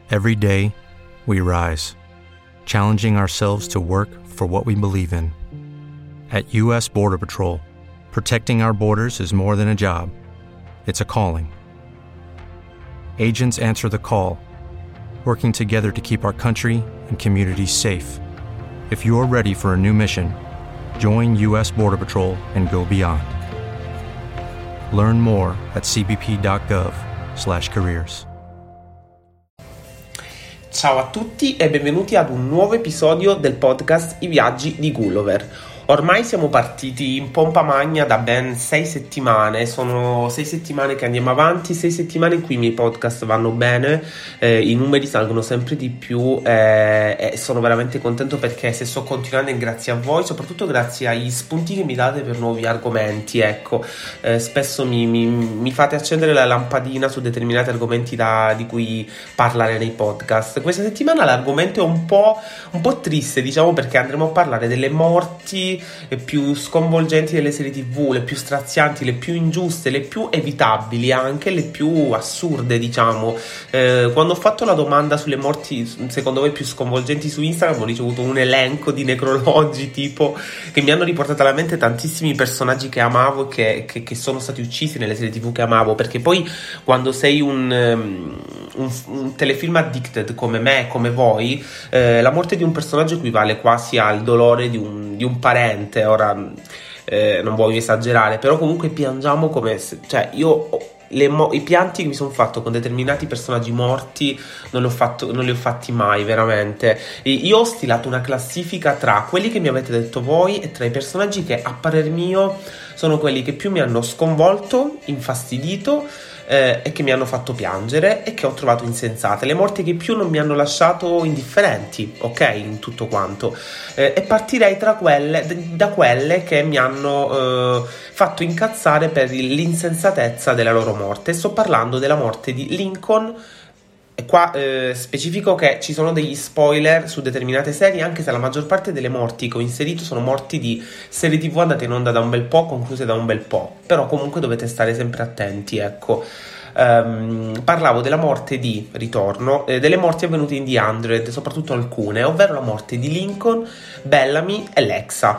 Every day, we rise, challenging ourselves to work for what we believe in. At U.S. Border Patrol, protecting our borders is more than a job. It's a calling. Agents answer the call, working together to keep our country and communities safe. If you're ready for a new mission, join U.S. Border Patrol and go beyond. Learn more at cbp.gov/careers. Ciao a tutti e benvenuti ad un nuovo episodio del podcast I Viaggi di Gullover. Ormai siamo partiti in pompa magna da ben 6 settimane, sono 6 settimane che andiamo avanti, 6 settimane in cui i miei podcast vanno bene, i numeri salgono sempre di più e sono veramente contento perché se sto continuando è grazie a voi, soprattutto grazie agli spunti che mi date per nuovi argomenti, ecco, spesso mi fate accendere la lampadina su determinati argomenti di cui parlare nei podcast. Questa settimana l'argomento è un po' triste, diciamo, perché andremo a parlare delle morti più sconvolgenti delle serie TV, le più strazianti, le più ingiuste, le più evitabili, anche le più assurde, diciamo. Quando ho fatto la domanda sulle morti secondo voi più sconvolgenti su Instagram ho ricevuto un elenco di necrologi tipo che mi hanno riportato alla mente tantissimi personaggi che amavo che sono stati uccisi nelle serie TV che amavo, perché poi quando sei un telefilm addicted come me, come voi, la morte di un personaggio equivale quasi al dolore di un parente. Ora non voglio esagerare, però comunque piangiamo come se, cioè io i pianti che mi sono fatto con determinati personaggi morti non li ho fatti mai, veramente. Io ho stilato una classifica tra quelli che mi avete detto voi e tra i personaggi che a parer mio sono quelli che più mi hanno sconvolto, infastidito e che mi hanno fatto piangere e che ho trovato insensate, le morti che più non mi hanno lasciato indifferenti, ok, in tutto quanto, e partirei da quelle che mi hanno fatto incazzare per l'insensatezza della loro morte. Sto parlando della morte di Lincoln. E qua specifico che ci sono degli spoiler su determinate serie, anche se la maggior parte delle morti che ho inserito sono morti di serie TV andate in onda da un bel po', concluse da un bel po', però comunque dovete stare sempre attenti, ecco. Parlavo della morte di ritorno, delle morti avvenute in The 100, soprattutto alcune, ovvero la morte di Lincoln, Bellamy e Lexa,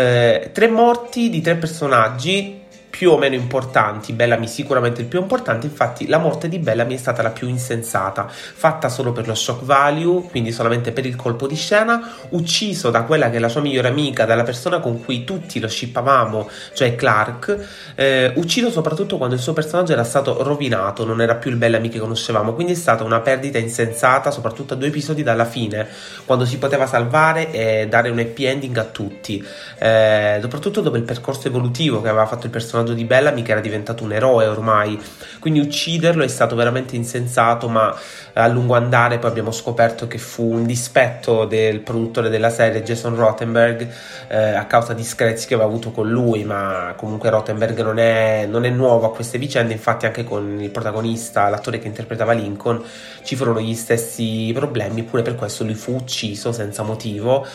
3 morti di 3 personaggi più o meno importanti. Bellamy sicuramente il più importante, infatti la morte di Bellamy è stata la più insensata, fatta solo per lo shock value, quindi solamente per il colpo di scena, ucciso da quella che è la sua migliore amica, dalla persona con cui tutti lo shippavamo, cioè Clark, ucciso soprattutto quando il suo personaggio era stato rovinato, non era più il Bellamy che conoscevamo, quindi è stata una perdita insensata, soprattutto a 2 episodi dalla fine, quando si poteva salvare e dare un happy ending a tutti, soprattutto dopo il percorso evolutivo che aveva fatto il personaggio di Bellamy, che era diventato un eroe ormai, quindi ucciderlo è stato veramente insensato, ma a lungo andare poi abbiamo scoperto che fu un dispetto del produttore della serie, Jason Rothenberg, a causa di screzi che aveva avuto con lui, ma comunque Rothenberg non è nuovo a queste vicende, infatti anche con il protagonista, l'attore che interpretava Lincoln, ci furono gli stessi problemi, eppure per questo lui fu ucciso senza motivo,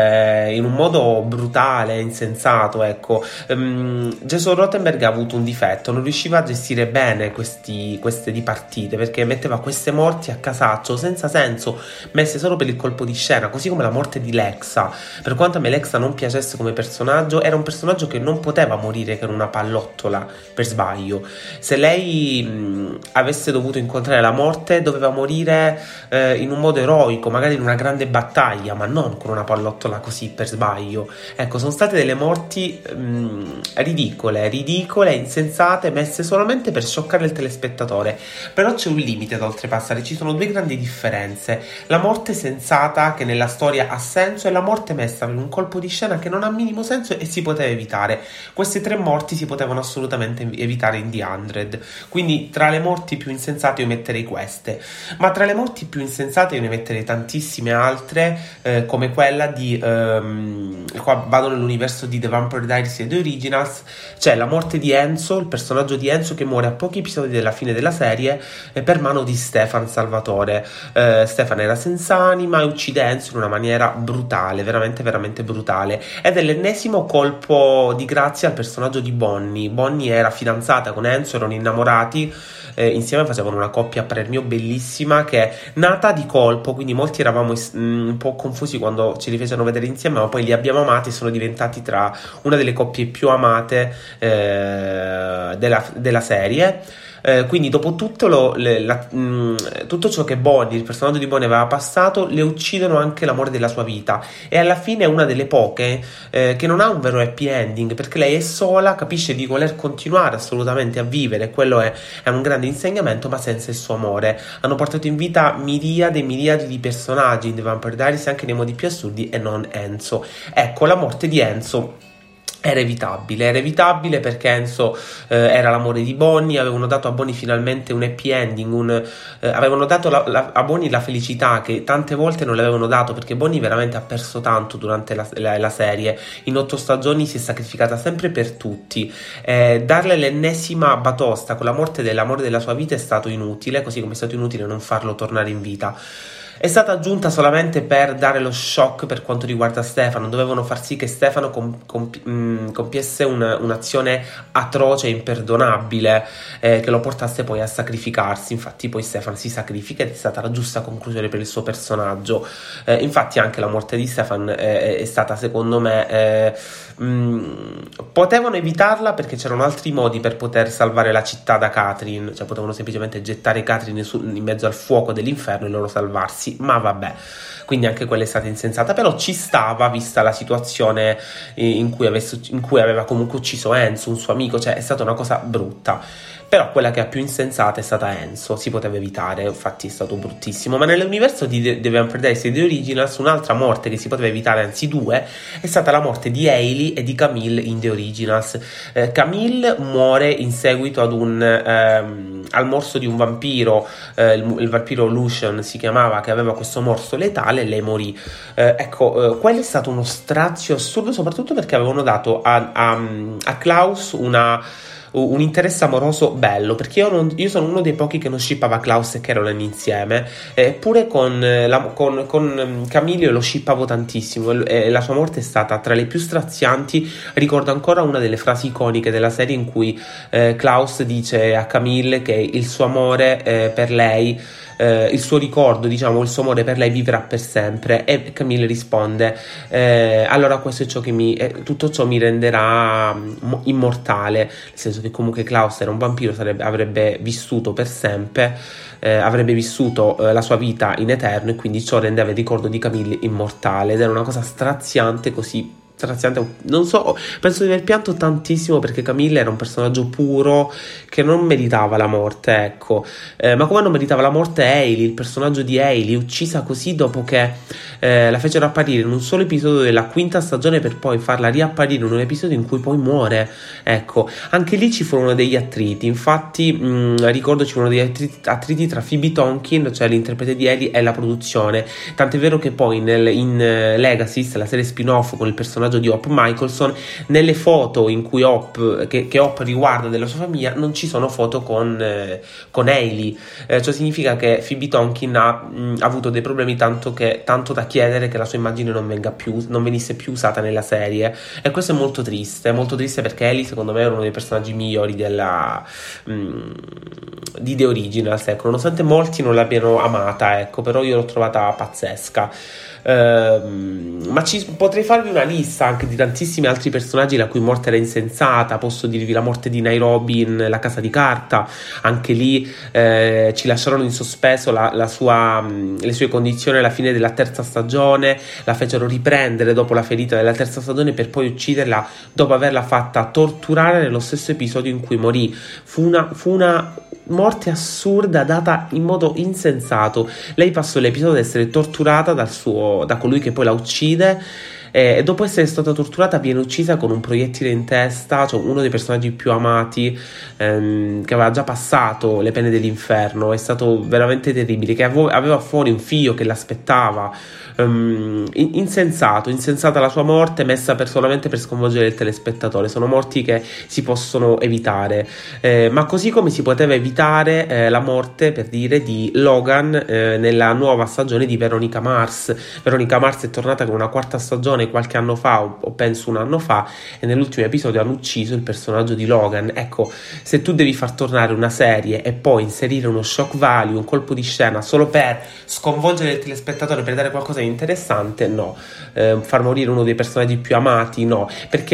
in un modo brutale, insensato, ecco. Jason Rothenberg ha avuto un difetto, non riusciva a gestire bene queste dipartite, perché metteva queste morti a casaccio senza senso, messe solo per il colpo di scena, così come la morte di Lexa. Per quanto a me Lexa non piacesse come personaggio, era un personaggio che non poteva morire con una pallottola per sbaglio. Se lei avesse dovuto incontrare la morte, doveva morire in un modo eroico, magari in una grande battaglia, ma non con una pallottola così per sbaglio. Ecco, sono state delle morti ridicole, insensate, messe solamente per scioccare il telespettatore. Però c'è un limite da oltrepassare, ci sono 2 grandi differenze: la morte sensata, che nella storia ha senso, e la morte messa per un colpo di scena che non ha minimo senso e si poteva evitare. Queste 3 morti si potevano assolutamente evitare in The 100, quindi tra le morti più insensate io metterei queste, ma tra le morti più insensate io ne metterei tantissime altre, come quella di qua vado nell'universo di The Vampire Diaries e The Originals, cioè la morte morte di Enzo, il personaggio di Enzo che muore a pochi episodi della fine della serie per mano di Stefan Salvatore. Stefan era senza anima e uccide Enzo in una maniera brutale, veramente veramente brutale, ed è l'ennesimo colpo di grazia al personaggio di Bonnie. Bonnie era fidanzata con Enzo, erano innamorati, insieme facevano una coppia a parer mio bellissima, che è nata di colpo, quindi molti eravamo un po' confusi quando ci rifecero vedere insieme, ma poi li abbiamo amati e sono diventati tra una delle coppie più amate della serie. Quindi dopo tutto tutto ciò che Bonnie, il personaggio di Bonnie, aveva passato, le uccidono anche l'amore della sua vita, e alla fine è una delle poche che non ha un vero happy ending, perché lei è sola, capisce di voler continuare assolutamente a vivere, quello è un grande insegnamento, ma senza il suo amore. Hanno portato in vita miriadi e miriadi di personaggi in The Vampire Diaries, anche nei modi più assurdi, e non Enzo. Ecco, la morte di Enzo era evitabile perché Enzo era l'amore di Bonnie, avevano dato a Bonnie finalmente un happy ending, avevano dato a Bonnie la felicità che tante volte non le avevano dato, perché Bonnie veramente ha perso tanto durante la serie. In 8 stagioni si è sacrificata sempre per tutti, darle l'ennesima batosta con la morte dell'amore della sua vita è stato inutile, così come è stato inutile non farlo tornare in vita. È stata aggiunta solamente per dare lo shock per quanto riguarda Stefano. Dovevano far sì che Stefano compiesse un'azione atroce e imperdonabile, che lo portasse poi a sacrificarsi. Infatti poi Stefano si sacrifica ed è stata la giusta conclusione per il suo personaggio. Infatti anche la morte di Stefano è stata, secondo me, potevano evitarla, perché c'erano altri modi per poter salvare la città da Katherine, cioè potevano semplicemente gettare Katherine in mezzo al fuoco dell'inferno e loro salvarsi, ma vabbè, quindi anche quella è stata insensata, però ci stava vista la situazione in cui aveva comunque ucciso Enzo, un suo amico, cioè è stata una cosa brutta. Però quella che è più insensata è stata Enzo, si poteva evitare, infatti è stato bruttissimo. Ma nell'universo di The Vampire Diaries e The Originals, un'altra morte che si poteva evitare, anzi due, è stata la morte di Hailey e di Camille in The Originals. Camille muore in seguito ad al morso di un vampiro, il vampiro Lucian si chiamava, che aveva questo morso letale, e lei morì. Quello è stato uno strazio assurdo, soprattutto perché avevano dato a Klaus un interesse amoroso bello, perché io sono uno dei pochi che non shippava Klaus e Caroline insieme, eppure con Camille lo shippavo tantissimo, e la sua morte è stata tra le più strazianti. Ricordo ancora una delle frasi iconiche della serie in cui Klaus dice a Camille che il suo amore per lei, il suo ricordo, diciamo, il suo amore per lei vivrà per sempre, e Camille risponde allora questo è ciò che tutto ciò mi renderà immortale, nel senso che comunque Klaus era un vampiro, avrebbe vissuto per sempre, avrebbe vissuto la sua vita in eterno, e quindi ciò rendeva il ricordo di Camille immortale, ed era una cosa straziante, così straziante. Non so, penso di aver pianto tantissimo, perché Camille era un personaggio puro che non meritava la morte, ecco. Ma come non meritava la morte Hailey, il personaggio di Hailey, uccisa così dopo che la fecero apparire in un solo episodio della 5ª stagione, per poi farla riapparire in un episodio in cui poi muore. Ecco, anche lì ci furono degli attriti. Infatti ricordo ci furono degli attriti tra Phoebe Tonkin, cioè l'interprete di Hailey, e la produzione, tant'è vero che poi in Legacy, la serie spin-off con il personaggio di Hope Michelson, nelle foto in cui che Hope riguarda della sua famiglia non ci sono foto con Hailey, ciò significa che Phoebe Tonkin ha avuto dei problemi tanto da chiedere che la sua immagine non venisse più usata nella serie, e questo è molto triste perché Hailey secondo me era uno dei personaggi migliori di The Originals, ecco, nonostante molti non l'abbiano amata, ecco, però io l'ho trovata pazzesca. Ma potrei farvi una lista anche di tantissimi altri personaggi la cui morte era insensata. Posso dirvi la morte di Nairobi in La Casa di Carta, anche lì ci lasciarono in sospeso le sue condizioni alla fine della 3ª stagione, la fecero riprendere dopo la ferita della 3ª stagione per poi ucciderla dopo averla fatta torturare nello stesso episodio in cui morì. Fu una morte assurda data in modo insensato. Lei passò l'episodio ad essere torturata da colui che poi la uccide, e dopo essere stata torturata viene uccisa con un proiettile in testa, cioè uno dei personaggi più amati, che aveva già passato le pene dell'inferno. È stato veramente terribile, che aveva fuori un figlio che l'aspettava. Insensata la sua morte, messa solamente per sconvolgere il telespettatore. Sono morti che si possono evitare, ma così come si poteva evitare la morte, per dire, di Logan nella nuova stagione di Veronica Mars. Veronica Mars è tornata con una quarta stagione qualche anno fa, o penso un anno fa, e nell'ultimo episodio hanno ucciso il personaggio di Logan. Ecco, se tu devi far tornare una serie e poi inserire uno shock value, un colpo di scena solo per sconvolgere il telespettatore, per dare qualcosa di interessante, no. Far morire uno dei personaggi più amati, no, perché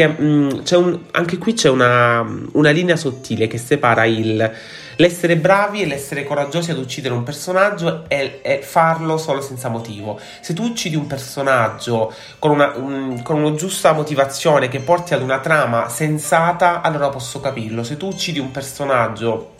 anche qui c'è una linea sottile che separa l'essere bravi e l'essere coraggiosi ad uccidere un personaggio e farlo solo senza motivo. Se tu uccidi un personaggio con una giusta motivazione che porti ad una trama sensata, allora posso capirlo. Se tu uccidi un personaggio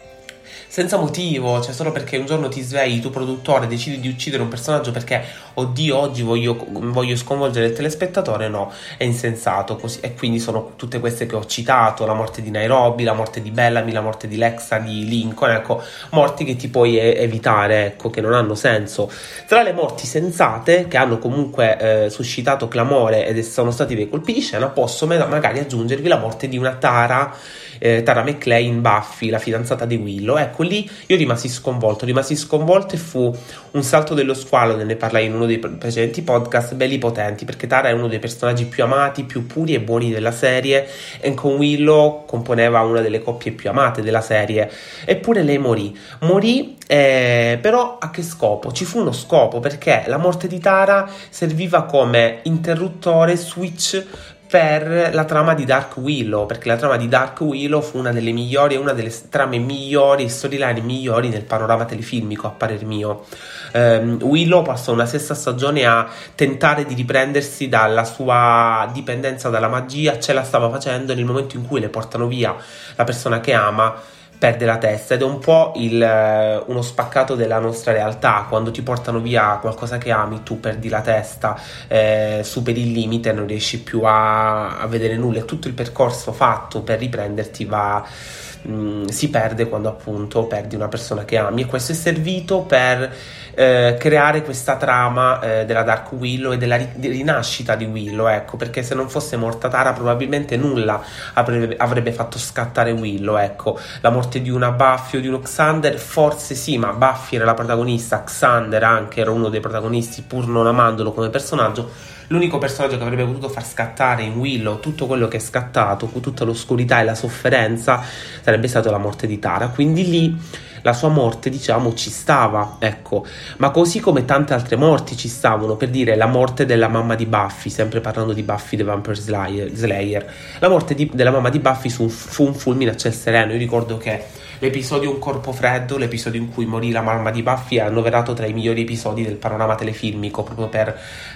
senza motivo, cioè solo perché un giorno ti svegli, tu produttore, decidi di uccidere un personaggio perché oddio, oggi voglio sconvolgere il telespettatore, no, è insensato. Così, e quindi sono tutte queste che ho citato: la morte di Nairobi, la morte di Bellamy, la morte di Lexa, di Lincoln, ecco, morti che ti puoi evitare, ecco, che non hanno senso. Tra le morti sensate, che hanno comunque suscitato clamore ed sono stati dei colpi di scena, posso magari aggiungervi la morte di una Tara McClay in Buffy, la fidanzata di Willow. Ecco, lì io rimasi sconvolto e fu un salto dello squalo. Ne parlai in uno dei precedenti podcast, belli potenti, perché Tara è uno dei personaggi più amati, più puri e buoni della serie, e con Willow componeva una delle coppie più amate della serie. Eppure lei morì, però a che scopo? Ci fu uno scopo, perché la morte di Tara serviva come interruttore, switch per la trama di Dark Willow, perché la trama di Dark Willow fu una delle migliori, una delle trame migliori, storyline migliori nel panorama telefilmico, a parer mio. Willow passò una sesta stagione a tentare di riprendersi dalla sua dipendenza dalla magia, ce la stava facendo. Nel momento in cui le portano via la persona che ama, perde la testa, ed è un po' uno spaccato della nostra realtà. Quando ti portano via qualcosa che ami, tu perdi la testa, superi il limite e non riesci più a vedere nulla, e tutto il percorso fatto per riprenderti si perde quando appunto perdi una persona che ami. E questo è servito per creare questa trama della Dark Willow e della rinascita di Willow, ecco, perché se non fosse morta Tara probabilmente nulla avrebbe fatto scattare Willow, ecco. La morte di una Buffy o di uno Xander forse sì, ma Buffy era la protagonista, Xander anche era uno dei protagonisti, pur non amandolo come personaggio. L'unico personaggio che avrebbe potuto far scattare in Willow tutto quello che è scattato, con tutta l'oscurità e la sofferenza, sarebbe stata la morte di Tara. Quindi lì la sua morte, diciamo, ci stava, ecco. Ma così come tante altre morti ci stavano, per dire la morte della mamma di Buffy, sempre parlando di Buffy the Vampire Slayer. La morte della mamma di Buffy fu un fulmine a ciel sereno. Io ricordo che l'episodio Un corpo freddo, l'episodio in cui morì la mamma di Buffy, è annoverato tra i migliori episodi del panorama telefilmico, proprio per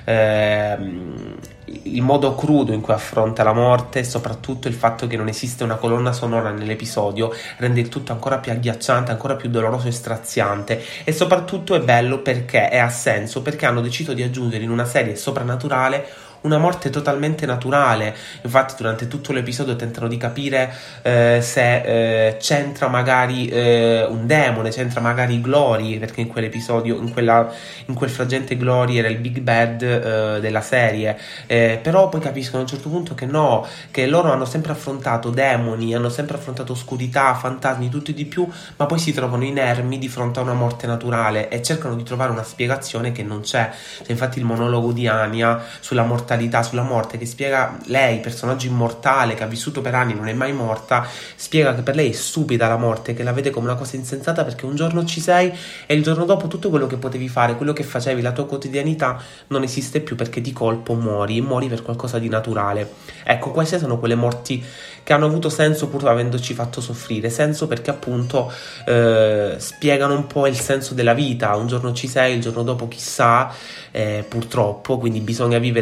il modo crudo in cui affronta la morte, e soprattutto il fatto che non esiste una colonna sonora nell'episodio rende il tutto ancora più agghiacciante, ancora più doloroso e straziante. E soprattutto è bello perché ha senso, perché hanno deciso di aggiungere in una serie soprannaturale una morte totalmente naturale. Infatti durante tutto l'episodio tentano di capire se c'entra magari un demone, c'entra magari Glory, perché in quell'episodio, in quel frangente Glory era il big bad della serie, però poi capiscono a un certo punto che no, che loro hanno sempre affrontato demoni, hanno sempre affrontato oscurità, fantasmi, tutto e di più, ma poi si trovano inermi di fronte a una morte naturale e cercano di trovare una spiegazione che non c'è. Cioè, infatti il monologo di Anya sulla mortalità, sulla morte, che spiega lei, personaggio immortale che ha vissuto per anni, non è mai morta, spiega che per lei è stupida la morte, che la vede come una cosa insensata, perché un giorno ci sei e il giorno dopo tutto quello che potevi fare, quello che facevi, la tua quotidianità non esiste più, perché di colpo muori per qualcosa di naturale. Ecco, queste sono quelle morti che hanno avuto senso pur avendoci fatto soffrire. Senso perché appunto spiegano un po' il senso della vita. Un giorno ci sei, il giorno dopo chissà, purtroppo, quindi bisogna vivere tutto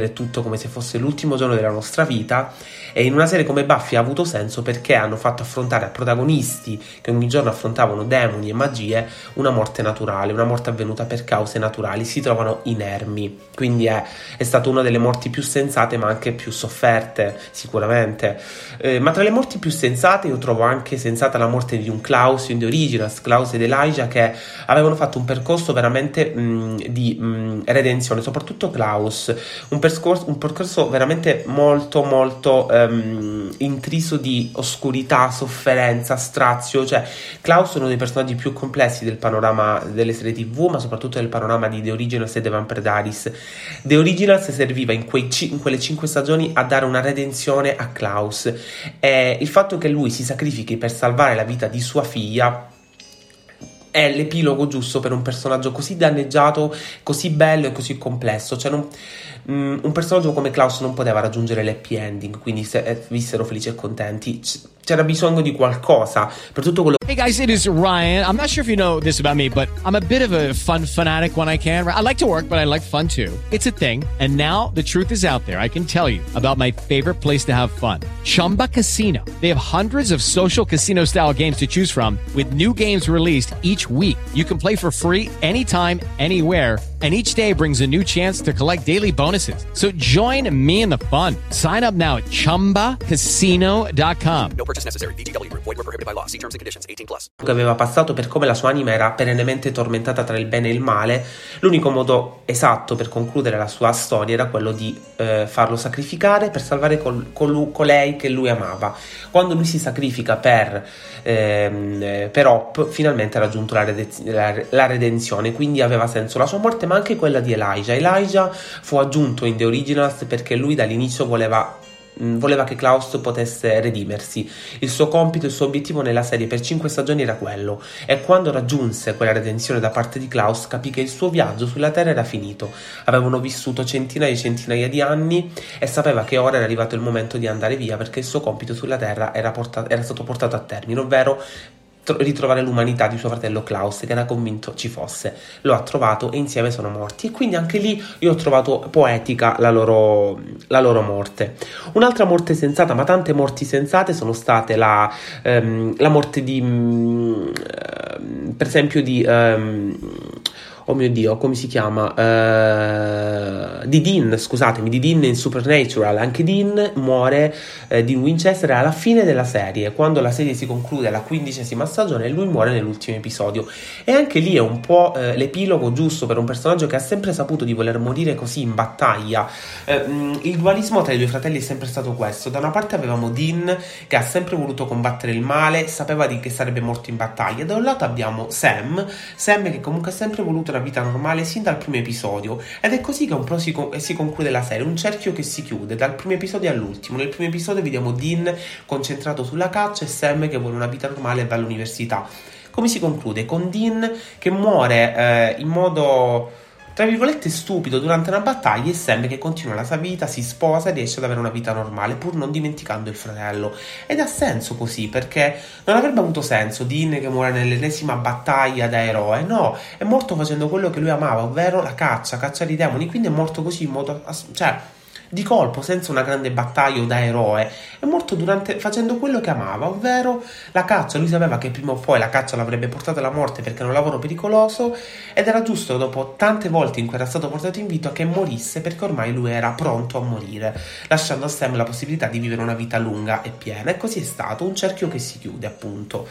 sento come se fosse l'ultimo giorno della nostra vita, e in una serie come Buffy ha avuto senso perché hanno fatto affrontare a protagonisti che ogni giorno affrontavano demoni e magie una morte naturale, una morte avvenuta per cause naturali, si trovano inermi, quindi è stata una delle morti più sensate ma anche più sofferte sicuramente, ma tra le morti più sensate io trovo anche sensata la morte di un Klaus in The Originals, Klaus ed Elijah, che avevano fatto un percorso veramente di redenzione, soprattutto Klaus, un percorso veramente molto molto intriso di oscurità, sofferenza, strazio. Cioè Klaus è uno dei personaggi più complessi del panorama delle serie TV, ma soprattutto del panorama di The Originals e The Vampire Diaries. The Originals serviva in quelle 5 stagioni a dare una redenzione a Klaus, e il fatto che lui si sacrifichi per salvare la vita di sua figlia è l'epilogo giusto per un personaggio così danneggiato, così bello e così complesso. Cioè un personaggio come Klaus non poteva raggiungere l'happy ending, quindi se vissero felici e contenti. C'era bisogno di qualcosa per tutto quello. Hey guys, it is Ryan. I'm not sure if you know this about me, but I'm a bit of a fun fanatic when I can. I like to work, but I like fun too. It's a thing. And now the truth is out there. I can tell you about my favorite place to have fun. Chumba Casino. They have hundreds of social casino style games to choose from, with new games released each week. You can play for free anytime, anywhere, and each day brings a new chance to collect daily bonuses. So join me in the fun. Sign up now at ChumbaCasino.com. No purchase necessary. VGW Group. Void were prohibited by law. See terms and conditions. 18+. Che aveva passato, per come la sua anima era perennemente tormentata tra il bene e il male, l'unico modo esatto per concludere la sua storia era quello di farlo sacrificare per salvare colei che lui amava. Quando lui si sacrifica per Hop, finalmente ha raggiunto la redenzione, quindi aveva senso la sua morte, ma anche quella di Elijah. Elijah fu aggiunto in The Originals perché lui dall'inizio voleva che Klaus potesse redimersi. Il suo compito, il suo obiettivo nella serie per 5 stagioni era quello, e quando raggiunse quella redenzione da parte di Klaus capì che il suo viaggio sulla Terra era finito. Avevano vissuto centinaia e centinaia di anni e sapeva che ora era arrivato il momento di andare via, perché il suo compito sulla Terra era stato portato a termine, ovvero ritrovare l'umanità di suo fratello Klaus, che era convinto ci fosse. Lo ha trovato e insieme sono morti, e quindi anche lì io ho trovato poetica la loro morte. Un'altra morte sensata, ma tante morti sensate sono state la morte di per esempio di oh mio Dio, come si chiama? Di Dean, scusatemi, di Dean in Supernatural. Anche Dean muore, Dean Winchester, alla fine della serie, quando la serie si conclude alla 15ª stagione, e lui muore nell'ultimo episodio. E anche lì è un po' l'epilogo giusto per un personaggio che ha sempre saputo di voler morire così in battaglia. Il dualismo tra i due fratelli è sempre stato questo: da una parte avevamo Dean, che ha sempre voluto combattere il male, sapeva che sarebbe morto in battaglia. Da un lato abbiamo Sam che comunque ha sempre voluto una vita normale sin dal primo episodio, ed è così che un po' si conclude la serie, un cerchio che si chiude dal primo episodio all'ultimo. Nel primo episodio vediamo Dean concentrato sulla caccia e Sam che vuole una vita normale e va all'università. Come si conclude? Con Dean che muore in modo tra virgolette stupido durante una battaglia, e Sam che continua la sua vita, si sposa e riesce ad avere una vita normale pur non dimenticando il fratello. Ed ha senso così, perché non avrebbe avuto senso Dean che muore nell'ennesima battaglia da eroe. No, è morto facendo quello che lui amava, ovvero la cacciare i demoni. Quindi è morto così in modo di colpo, senza una grande battaglia o da eroe. È morto facendo quello che amava, ovvero la caccia. Lui sapeva che prima o poi la caccia l'avrebbe portato alla morte, perché era un lavoro pericoloso, ed era giusto, dopo tante volte in cui era stato portato in vita, che morisse, perché ormai lui era pronto a morire, lasciando a Sam la possibilità di vivere una vita lunga e piena. E così è stato, un cerchio che si chiude, appunto.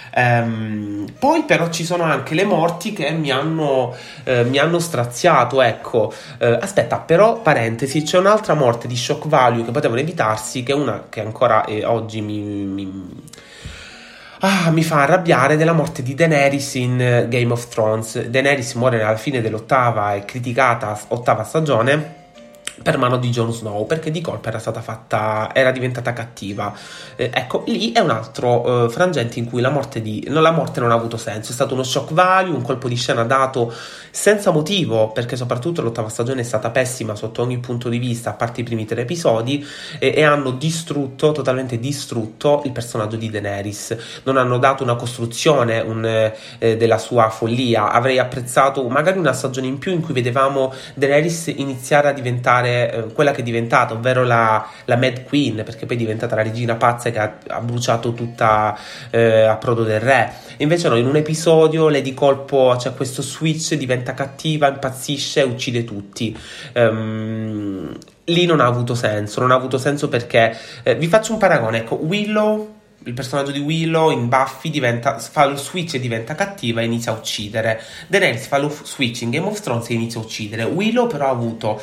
Poi però ci sono anche le morti che mi hanno straziato, ecco. Aspetta, però, parentesi, c'è un'altra morte di shock value che potevano evitarsi, che è una che ancora oggi mi fa arrabbiare, della morte di Daenerys in Game of Thrones. Daenerys muore alla fine dell'8ª e criticata 8ª stagione per mano di Jon Snow, perché di colpa era diventata cattiva. Ecco, lì è un altro frangente in cui la morte non ha avuto senso. È stato uno shock value, un colpo di scena dato senza motivo, perché soprattutto l'8ª stagione è stata pessima sotto ogni punto di vista, a parte i primi 3 episodi, e hanno totalmente distrutto il personaggio di Daenerys. Non hanno dato una costruzione della sua follia. Avrei apprezzato magari una stagione in più in cui vedevamo Daenerys iniziare a diventare diventare quella che è diventata, ovvero la Mad Queen, perché poi è diventata la regina pazza che ha bruciato tutta a Prodo del Re. Invece no, in un episodio lei di colpo c'è questo switch, diventa cattiva, impazzisce e uccide tutti. Lì non ha avuto senso perché vi faccio un paragone, ecco, Willow, il personaggio di Willow in Buffy fa lo switch e diventa cattiva e inizia a uccidere. Daenerys fa lo switch in Game of Thrones e inizia a uccidere. Willow però ha avuto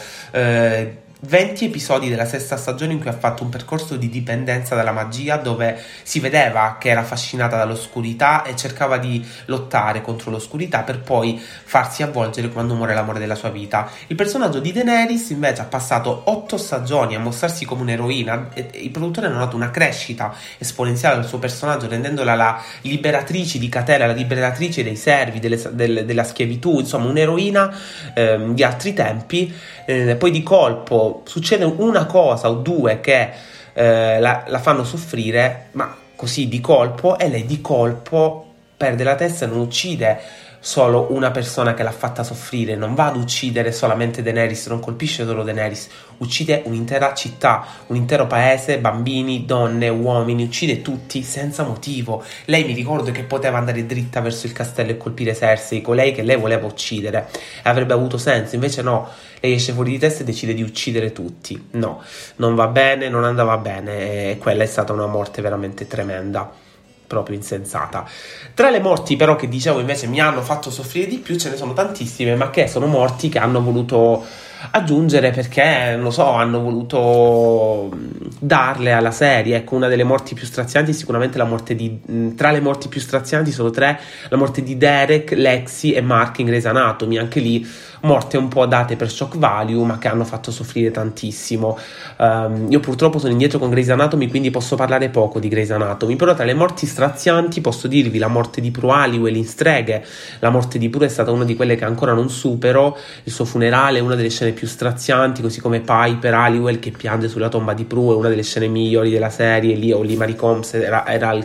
20 episodi della sesta stagione in cui ha fatto un percorso di dipendenza dalla magia, dove si vedeva che era affascinata dall'oscurità e cercava di lottare contro l'oscurità per poi farsi avvolgere quando muore l'amore della sua vita. Il personaggio di Daenerys invece ha passato 8 stagioni a mostrarsi come un'eroina e i produttori hanno dato una crescita esponenziale al suo personaggio, rendendola la liberatrice di Catera, la liberatrice dei servi, della schiavitù, insomma un'eroina di altri tempi. Poi di colpo succede una cosa o due che la fanno soffrire, ma così di colpo, e lei di colpo perde la testa e non uccide solo una persona che l'ha fatta soffrire, non va ad uccidere solamente Daenerys, non colpisce solo Daenerys, uccide un'intera città, un intero paese, bambini, donne, uomini, uccide tutti senza motivo. Lei, mi ricordo che poteva andare dritta verso il castello e colpire Cersei, colei che lei voleva uccidere, e avrebbe avuto senso. Invece no, lei esce fuori di testa e decide di uccidere tutti. No, non va bene, non andava bene, e quella è stata una morte veramente tremenda, proprio insensata. Tra le morti però che dicevo invece mi hanno fatto soffrire di più, ce ne sono tantissime, ma che sono morti che hanno voluto aggiungere perché, non lo so, hanno voluto darle alla serie. Ecco, una delle morti più strazianti sicuramente la morte di, tra le morti più strazianti sono 3, la morte di Derek, Lexi e Mark in Grey's Anatomy. Anche lì morte un po' date per shock value, ma che hanno fatto soffrire tantissimo. Io purtroppo sono indietro con Grey's Anatomy, quindi posso parlare poco di Grey's Anatomy, però tra le morti strazianti posso dirvi la morte di Prue Halliwell in Streghe. La morte di Prue è stata una di quelle che ancora non supero. Il suo funerale è una delle scene più strazianti, così come Piper Halliwell che piange sulla tomba di Prue, una delle scene migliori della serie. Lì Mary Combs era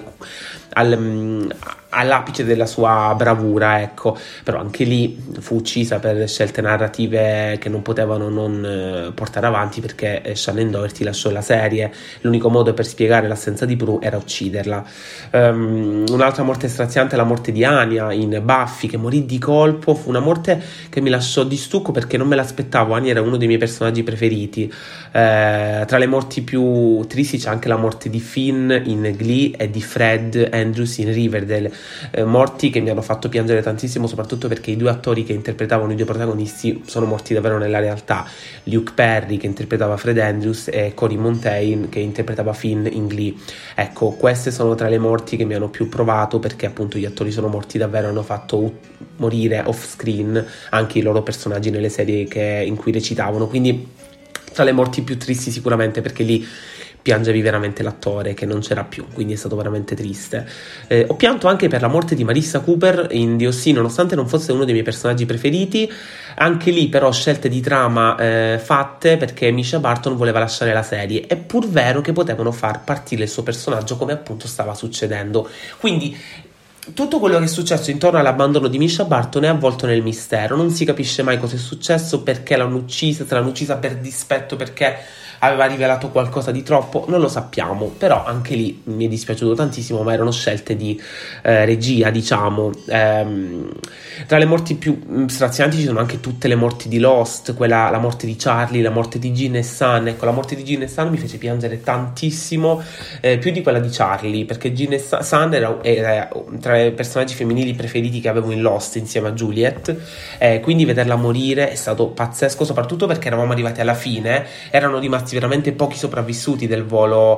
all'apice della sua bravura, ecco, però anche lì fu uccisa per scelte narrative che non potevano non portare avanti, perché Shannon Doherty lasciò la serie, l'unico modo per spiegare l'assenza di Prue era ucciderla. Un'altra morte straziante è la morte di Anya in Buffy, che morì di colpo. Fu una morte che mi lasciò di stucco perché non me l'aspettavo. Anya era uno dei miei personaggi preferiti. Tra le morti più tristi c'è anche la morte di Finn in Glee e di Fred Andrews in Riverdale. Morti che mi hanno fatto piangere tantissimo, soprattutto perché i due attori che interpretavano i due protagonisti sono morti davvero nella realtà. Luke Perry che interpretava Fred Andrews e Cory Monteith che interpretava Finn in Glee. Ecco, queste sono tra le morti che mi hanno più provato, perché appunto gli attori sono morti davvero, hanno fatto morire off screen anche i loro personaggi nelle serie in cui recitavano. Quindi tra le morti più tristi sicuramente, perché lì piangevi veramente l'attore che non c'era più, quindi è stato veramente triste. Ho pianto anche per la morte di Marissa Cooper in D.O.C., nonostante non fosse uno dei miei personaggi preferiti. Anche lì però scelte di trama fatte, perché Misha Barton voleva lasciare la serie. È pur vero che potevano far partire il suo personaggio come appunto stava succedendo, quindi tutto quello che è successo intorno all'abbandono di Misha Barton è avvolto nel mistero. Non si capisce mai cosa è successo, perché l'hanno uccisa, se l'hanno uccisa per dispetto, perché aveva rivelato qualcosa di troppo, non lo sappiamo. Però anche lì mi è dispiaciuto tantissimo, ma erano scelte di regia, diciamo. Tra le morti più strazianti ci sono anche tutte le morti di Lost, la morte di Charlie, la morte di Gin e Sun. Ecco, la morte di Gin e Sun mi fece piangere tantissimo, più di quella di Charlie, perché Gin e Sun era tra i personaggi femminili preferiti che avevo in Lost insieme a Juliet, quindi vederla morire è stato pazzesco, soprattutto perché eravamo arrivati alla fine, erano rimasti veramente pochi sopravvissuti del volo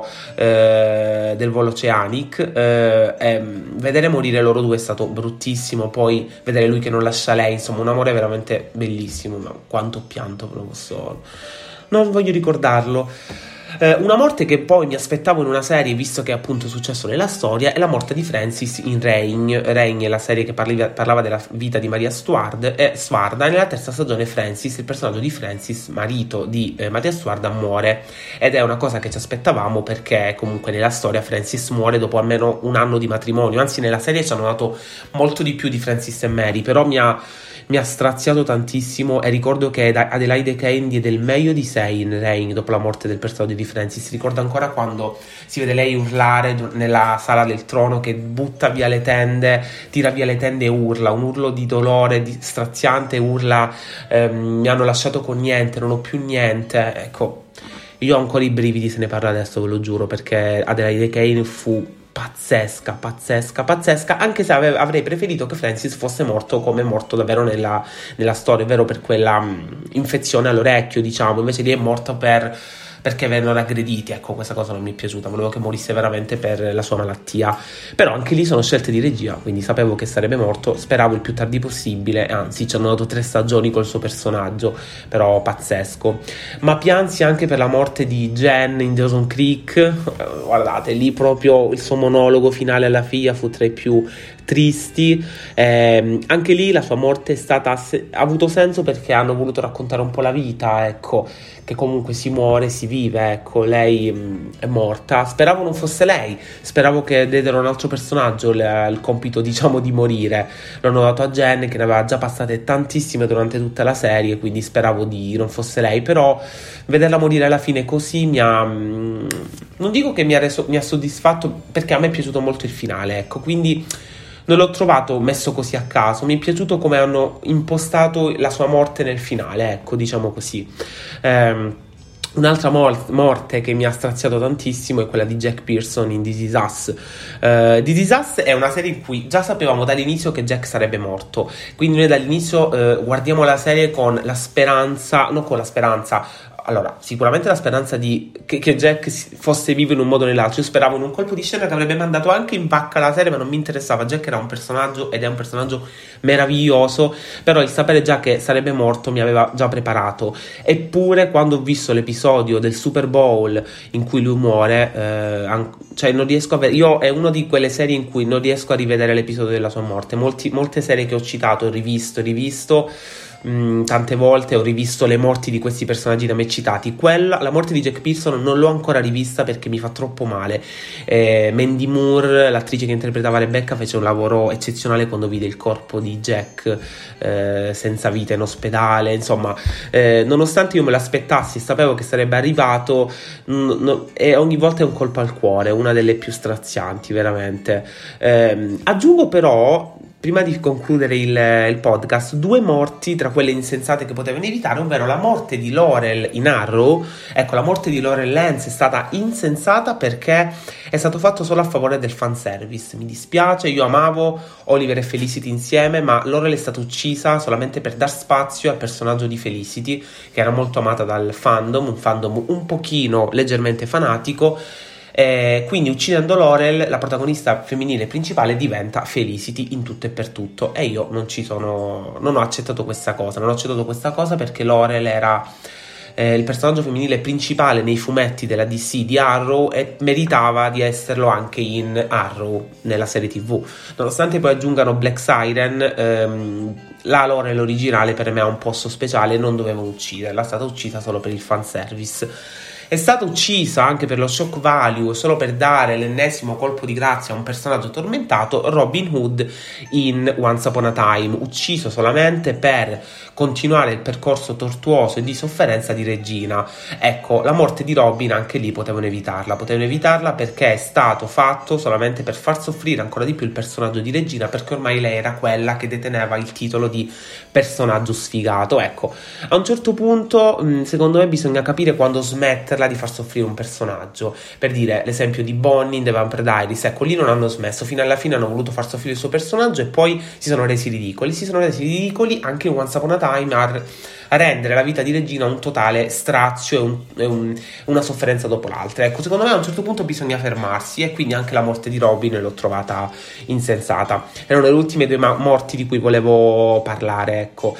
Oceanic, vedere morire loro due è stato bruttissimo. Poi vedere lui che non lascia lei, insomma un amore veramente bellissimo, ma quanto ho pianto, non voglio ricordarlo. Una morte che poi mi aspettavo in una serie, visto che è appunto successo nella storia, è la morte di Francis in Reign. Reign è la serie che parlava della vita di Maria Stuarda, e nella terza stagione Francis, il personaggio di Francis, marito di Maria Stuarda, muore, ed è una cosa che ci aspettavamo, perché comunque nella storia Francis muore dopo almeno un anno di matrimonio. Anzi, nella serie ci hanno dato molto di più di Francis e Mary, però mi mi ha straziato tantissimo, e ricordo che Adelaide Kane diede il meglio di sé in Reign dopo la morte del personaggio di Francis. Ricordo ancora quando si vede lei urlare nella sala del trono, che butta via le tende, tira via le tende e urla, un urlo di dolore straziante, urla mi hanno lasciato con niente, non ho più niente. Ecco, io ho ancora i brividi se ne parla adesso, ve lo giuro, perché Adelaide Kane fu pazzesca, anche se avrei preferito che Francis fosse morto come è morto davvero nella storia, ovvero per quella infezione all'orecchio, diciamo. Invece lì è morto perché vennero aggrediti. Ecco, questa cosa non mi è piaciuta, volevo che morisse veramente per la sua malattia, però anche lì sono scelte di regia, quindi sapevo che sarebbe morto, speravo il più tardi possibile, anzi ci hanno dato 3 stagioni col suo personaggio, però pazzesco. Ma piansi anche per la morte di Jen in Dawson's Creek, guardate, lì proprio il suo monologo finale alla figlia fu tra i più tristi. Anche lì la sua morte ha avuto senso, perché hanno voluto raccontare un po' la vita, ecco, che comunque si muore, si vive, ecco, lei è morta. Speravo non fosse lei, speravo che diedero un altro personaggio il compito, diciamo, di morire. L'hanno dato a Jen, che ne aveva già passate tantissime durante tutta la serie, quindi speravo non fosse lei, però vederla morire alla fine così non dico che mi ha soddisfatto, perché a me è piaciuto molto il finale, ecco, quindi non l'ho trovato messo così a caso, mi è piaciuto come hanno impostato la sua morte nel finale, ecco, diciamo così. Un'altra morte che mi ha straziato tantissimo è quella di Jack Pearson in This Is Us. This Is Us è una serie in cui già sapevamo dall'inizio che Jack sarebbe morto, quindi noi dall'inizio guardiamo la serie con la speranza, allora, sicuramente la speranza che Jack fosse vivo in un modo o nell'altro. Io speravo in un colpo di scena che avrebbe mandato anche in vacca la serie, ma non mi interessava. Jack era un personaggio, ed è un personaggio meraviglioso, però il sapere già che sarebbe morto mi aveva già preparato. Eppure, quando ho visto l'episodio del Super Bowl in cui lui muore, cioè non riesco a io è una di quelle serie in cui non riesco a rivedere l'episodio della sua morte. Molte serie che ho citato, ho rivisto tante volte, ho rivisto le morti di questi personaggi da me citati. La morte di Jack Pearson non l'ho ancora rivista perché mi fa troppo male. Mandy Moore, l'attrice che interpretava Rebecca, fece un lavoro eccezionale quando vide il corpo di Jack senza vita in ospedale. Insomma, nonostante io me l'aspettassi, sapevo che sarebbe arrivato, e ogni volta è un colpo al cuore, una delle più strazianti veramente. Aggiungo però, prima di concludere il podcast, 2 morti tra quelle insensate che potevano evitare, ovvero la morte di Laurel in Arrow. Ecco, la morte di Laurel Lance è stata insensata perché è stato fatto solo a favore del fanservice. Mi dispiace, io amavo Oliver e Felicity insieme, ma Laurel è stata uccisa solamente per dar spazio al personaggio di Felicity, che era molto amata dal fandom, un fandom un pochino leggermente fanatico. Quindi uccidendo Laurel, la protagonista femminile principale diventa Felicity in tutto e per tutto, e io non ho accettato questa cosa, perché Laurel era il personaggio femminile principale nei fumetti della DC di Arrow e meritava di esserlo anche in Arrow, nella serie TV. Nonostante poi aggiungano Black Siren, la Laurel originale per me ha un posto speciale e non dovevano ucciderla, è stata uccisa solo per il fanservice. È stata uccisa anche per lo shock value, solo per dare l'ennesimo colpo di grazia a un personaggio tormentato, Robin Hood in Once Upon a Time, ucciso solamente per continuare il percorso tortuoso e di sofferenza di Regina. Ecco, la morte di Robin anche lì potevano evitarla perché è stato fatto solamente per far soffrire ancora di più il personaggio di Regina, perché ormai lei era quella che deteneva il titolo di personaggio sfigato. Ecco, a un certo punto secondo me bisogna capire quando smetterla di far soffrire un personaggio. Per dire, l'esempio di Bonnie in The Vampire Diaries, ecco, lì non hanno smesso, fino alla fine hanno voluto far soffrire il suo personaggio e poi si sono resi ridicoli anche in Once Upon a Time a rendere la vita di Regina un totale strazio e una sofferenza dopo l'altra. Ecco, secondo me a un certo punto bisogna fermarsi, e quindi anche la morte di Robin l'ho trovata insensata. Erano le ultime 2 morti di cui volevo parlare, ecco.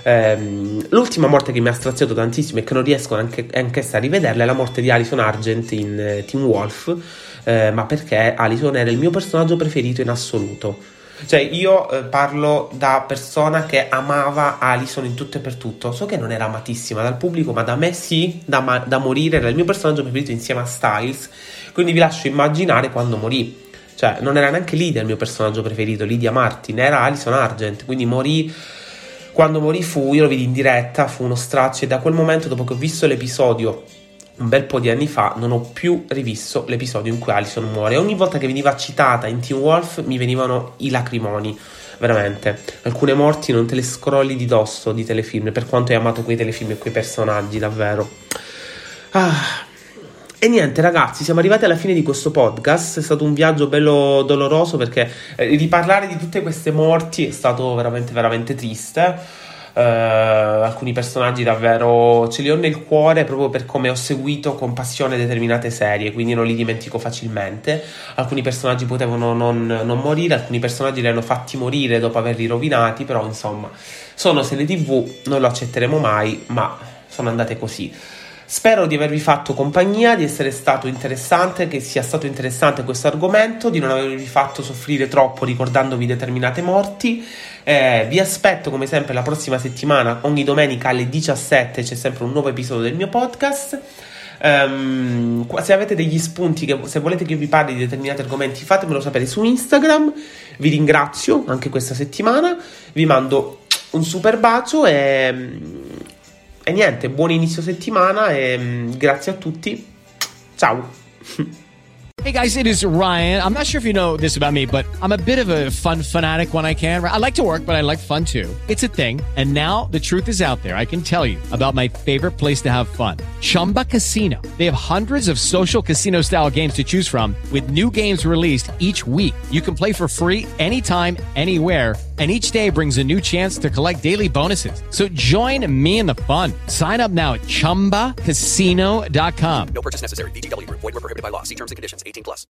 L'ultima morte che mi ha straziato tantissimo e che non riesco anch'essa a rivederla è la morte di Alicent Argent in Teen Wolf, ma perché Alicent era il mio personaggio preferito in assoluto. Cioè, io parlo da persona che amava Alicent in tutto e per tutto. So che non era amatissima dal pubblico, ma da me sì, da morire. Era il mio personaggio preferito insieme a Styles. Quindi vi lascio immaginare quando morì. Cioè, non era neanche Lydia il mio personaggio preferito, Lydia Martin, era Alicent Argent. Quindi morì Quando morì io lo vidi in diretta, fu uno straccio, e da quel momento, dopo che ho visto l'episodio un bel po' di anni fa, non ho più rivisto l'episodio in cui Allison muore. Ogni volta che veniva citata in Teen Wolf mi venivano i lacrimoni, veramente. Alcune morti non te le scrolli di dosso di telefilm, per quanto hai amato quei telefilm e quei personaggi, davvero. E niente ragazzi, siamo arrivati alla fine di questo podcast. È stato un viaggio bello doloroso, perché riparlare di tutte queste morti è stato veramente veramente triste. Alcuni personaggi davvero ce li ho nel cuore, proprio per come ho seguito con passione determinate serie, quindi non li dimentico facilmente. Alcuni personaggi potevano non morire, alcuni personaggi li hanno fatti morire dopo averli rovinati, però insomma sono serie TV, non lo accetteremo mai, ma sono andate così. Spero di avervi fatto compagnia, di essere stato interessante, che sia stato interessante questo argomento, di non avervi fatto soffrire troppo ricordandovi determinate morti. Vi aspetto come sempre la prossima settimana, ogni domenica alle 17 c'è sempre un nuovo episodio del mio podcast. Se avete degli spunti, se volete che io vi parli di determinati argomenti, fatemelo sapere su Instagram. Vi ringrazio anche questa settimana, vi mando un super bacio e niente, buon inizio settimana e grazie a tutti. Ciao. Hey guys, it is Ryan. I'm not sure if you know this about me, but I'm a bit of a fun fanatic when I can. I like to work, but I like fun too. It's a thing. And now the truth is out there. I can tell you about my favorite place to have fun. Chumba Casino. They have hundreds of social casino style games to choose from with new games released each week. You can play for free anytime, anywhere. And each day brings a new chance to collect daily bonuses. So join me in the fun. Sign up now at ChumbaCasino.com. No purchase necessary. VGW Group. Void where prohibited by law. See terms and conditions. 18+.